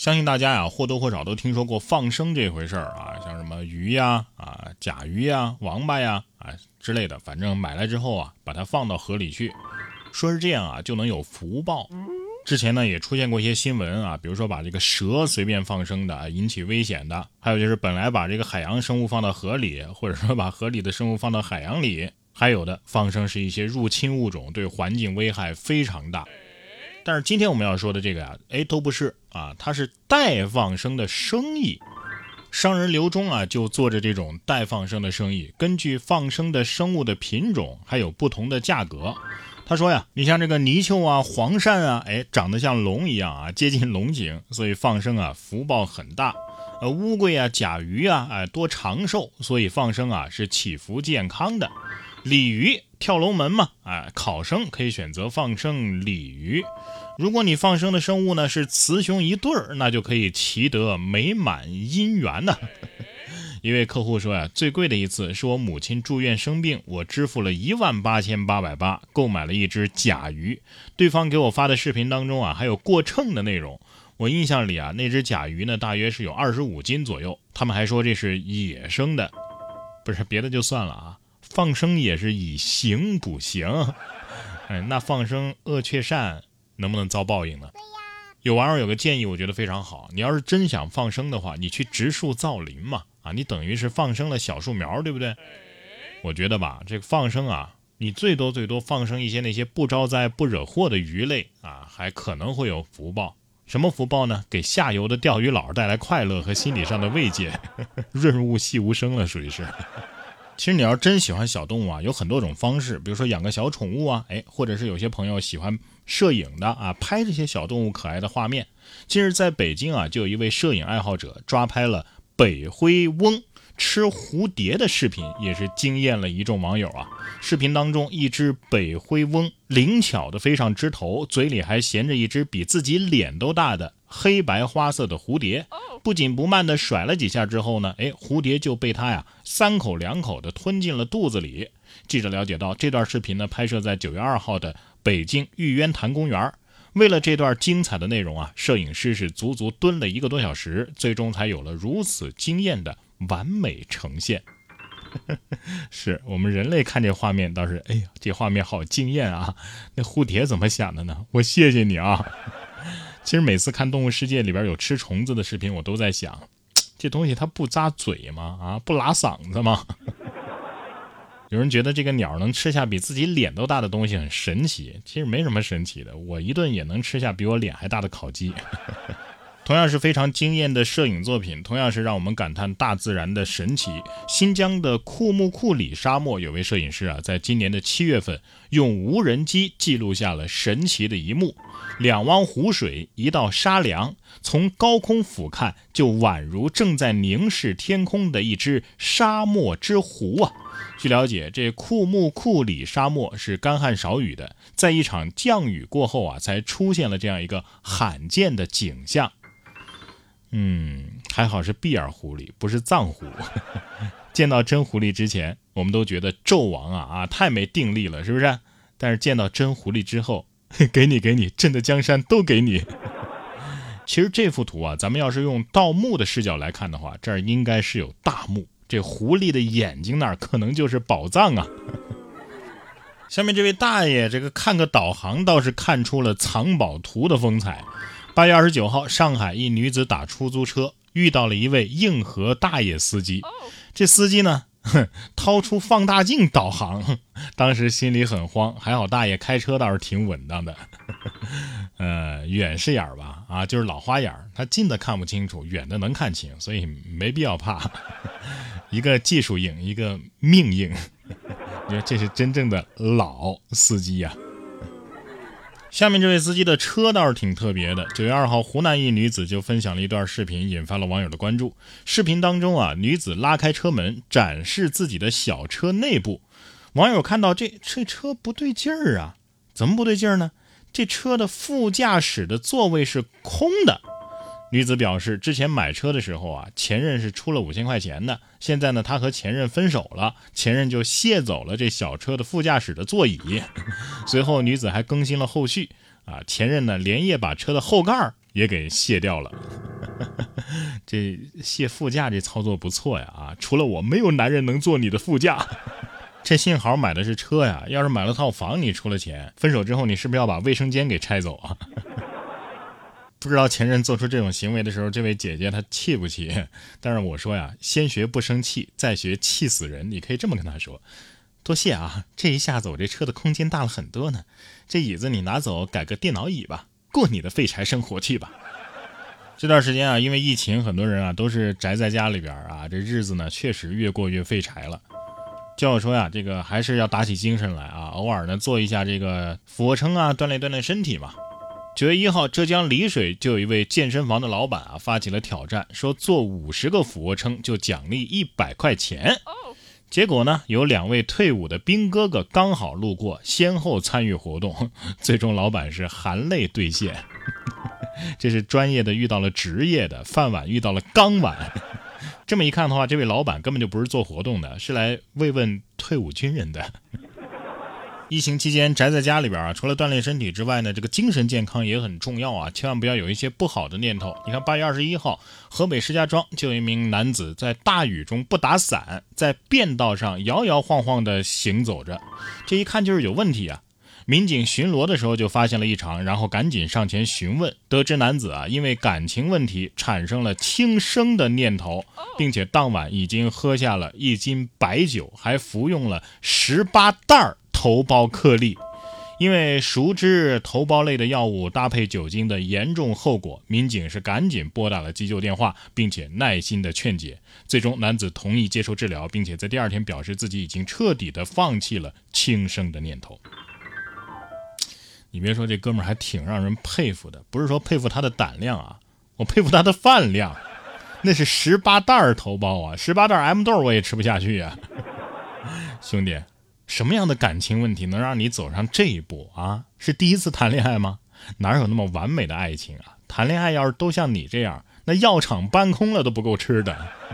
相信大家呀或多或少都听说过放生这回事儿啊，像什么鱼呀、甲鱼呀、王八呀之类的，反正买来之后啊，把它放到河里去，说是这样啊就能有福报。之前呢也出现过一些新闻啊，比如说把这个蛇随便放生的引起危险的，还有就是本来把这个海洋生物放到河里，或者说把河里的生物放到海洋里，还有的放生是一些入侵物种，对环境危害非常大。但是今天我们要说的这个呀，都不是啊，它是代放生的生意。商人刘忠啊，就做着这种代放生的生意，根据放生的生物的品种，还有不同的价格。他说呀，你像这个泥鳅啊、黄鳝啊，长得像龙一样啊，接近龙形，所以放生啊福报很大。乌龟啊、甲鱼啊，多长寿，所以放生啊是祈福健康的。鲤鱼跳龙门嘛，考生可以选择放生鲤鱼。如果你放生的生物呢是雌雄一对儿，那就可以祈得美满姻缘呢。一位客户说呀，最贵的一次是我母亲住院生病，我支付了18888购买了一只甲鱼，对方给我发的视频当中啊还有过秤的内容。我印象里啊，那只甲鱼呢大约是有25斤左右，他们还说这是野生的。不是别的就算了啊，放生也是以形补形。那放生恶雀鳝能不能遭报应呢？有网友有个建议，我觉得非常好，你要是真想放生的话，你去植树造林嘛，你等于是放生了小树苗，对不对？我觉得吧，这个放生啊，你最多放生一些那些不招灾不惹祸的鱼类啊，还可能会有福报。什么福报呢？给下游的钓鱼佬带来快乐和心理上的慰藉。润物细无声了，属于是。其实你要真喜欢小动物啊，有很多种方式，比如说养个小宠物啊，或者是有些朋友喜欢摄影的啊，拍这些小动物可爱的画面。近日在北京啊，就有一位摄影爱好者抓拍了北灰翁吃蝴蝶的视频，也是惊艳了一众网友啊。视频当中，一只北灰翁灵巧的飞上枝头，嘴里还衔着一只比自己脸都大的黑白花色的蝴蝶，不紧不慢的甩了几下之后呢，蝴蝶就被他呀3口2口的吞进了肚子里。记者了解到，这段视频呢拍摄在9月2号的北京玉渊潭公园。为了这段精彩的内容啊，摄影师是足足蹲了1个多小时，最终才有了如此惊艳的完美呈现。是我们人类看这画面倒是，这画面好惊艳啊！那蝴蝶怎么想的呢？我谢谢你啊！其实每次看动物世界里边有吃虫子的视频，我都在想，这东西它不咂嘴吗？不拉嗓子吗？有人觉得这个鸟能吃下比自己脸都大的东西很神奇，其实没什么神奇的，我一顿也能吃下比我脸还大的烤鸡。同样是非常惊艳的摄影作品，同样是让我们感叹大自然的神奇。新疆的库木库里沙漠有位摄影师啊，在今年的7月份用无人机记录下了神奇的一幕：2汪湖水，一道沙梁，从高空俯瞰就宛如正在凝视天空的一只沙漠之湖啊。据了解，这库木库里沙漠是干旱少雨的，在一场降雨过后啊，才出现了这样一个罕见的景象。还好是碧尔狐狸，不是藏狐。见到真狐狸之前，我们都觉得纣王啊太没定力了，是不是？但是见到真狐狸之后，给你，朕的江山都给你。其实这幅图啊，咱们要是用盗墓的视角来看的话，这儿应该是有大墓，这狐狸的眼睛那儿可能就是宝藏啊。下面这位大爷，这个看个导航倒是看出了藏宝图的风采。8月29号，上海一女子打出租车，遇到了一位硬核大爷司机。这司机呢，掏出放大镜导航，当时心里很慌，还好大爷开车倒是挺稳当的。远视眼吧，就是老花眼，他近的看不清楚，远的能看清，所以没必要怕。一个技术硬，一个命硬。你说这是真正的老司机呀。下面这位司机的车倒是挺特别的。9月2号，湖南一女子就分享了一段视频，引发了网友的关注。视频当中啊，女子拉开车门，展示自己的小车内部。网友看到这车不对劲儿啊，怎么不对劲儿呢？这车的副驾驶的座位是空的。女子表示，之前买车的时候啊，前任是出了5000块钱的，现在呢，她和前任分手了，前任就卸走了这小车的副驾驶的座椅。随后女子还更新了后续啊，前任呢连夜把车的后盖也给卸掉了。 这卸副驾这操作不错呀啊！除了我，没有男人能坐你的副驾。这幸好买的是车呀，要是买了套房，你出了钱，分手之后你是不是要把卫生间给拆走啊？不知道前任做出这种行为的时候，这位姐姐她气不气？但是我说呀，先学不生气，再学气死人。你可以这么跟她说：多谢啊，这一下子我这车的空间大了很多呢。这椅子你拿走，改个电脑椅吧，过你的废柴生活去吧。这段时间啊，因为疫情，很多人啊都是宅在家里边啊，这日子呢确实越过越废柴了。叫我说呀，这个还是要打起精神来啊，偶尔呢做一下这个俯卧撑啊，锻炼锻炼身体嘛。9月1号，浙江丽水就有一位健身房的老板啊发起了挑战，说做50个俯卧撑就奖励100块钱。结果呢，有2位退伍的兵哥哥刚好路过，先后参与活动，最终老板是含泪兑现。这是专业的遇到了职业的，饭碗遇到了钢碗。这么一看的话，这位老板根本就不是做活动的，是来慰问退伍军人的。疫情期间宅在家里边啊，除了锻炼身体之外呢，这个精神健康也很重要啊，千万不要有一些不好的念头。你看8月21号，河北石家庄就有一名男子在大雨中不打伞，在便道上摇摇晃晃地行走着，这一看就是有问题啊。民警巡逻的时候就发现了异常，然后赶紧上前询问，得知男子啊因为感情问题产生了轻生的念头，并且当晚已经喝下了1斤白酒，还服用了18袋头孢颗粒。因为熟知头孢类的药物搭配酒精的严重后果，民警是赶紧拨打了急救电话，并且耐心的劝解。最终男子同意接受治疗，并且在第2天表示自己已经彻底的放弃了轻生的念头。你别说，这哥们儿还挺让人佩服的，不是说佩服他的胆量啊，我佩服他的饭量。那是18袋头孢啊，18袋 M 豆我也吃不下去啊。兄弟，什么样的感情问题能让你走上这一步啊？是第一次谈恋爱吗？哪有那么完美的爱情啊？谈恋爱要是都像你这样，那药厂搬空了都不够吃的。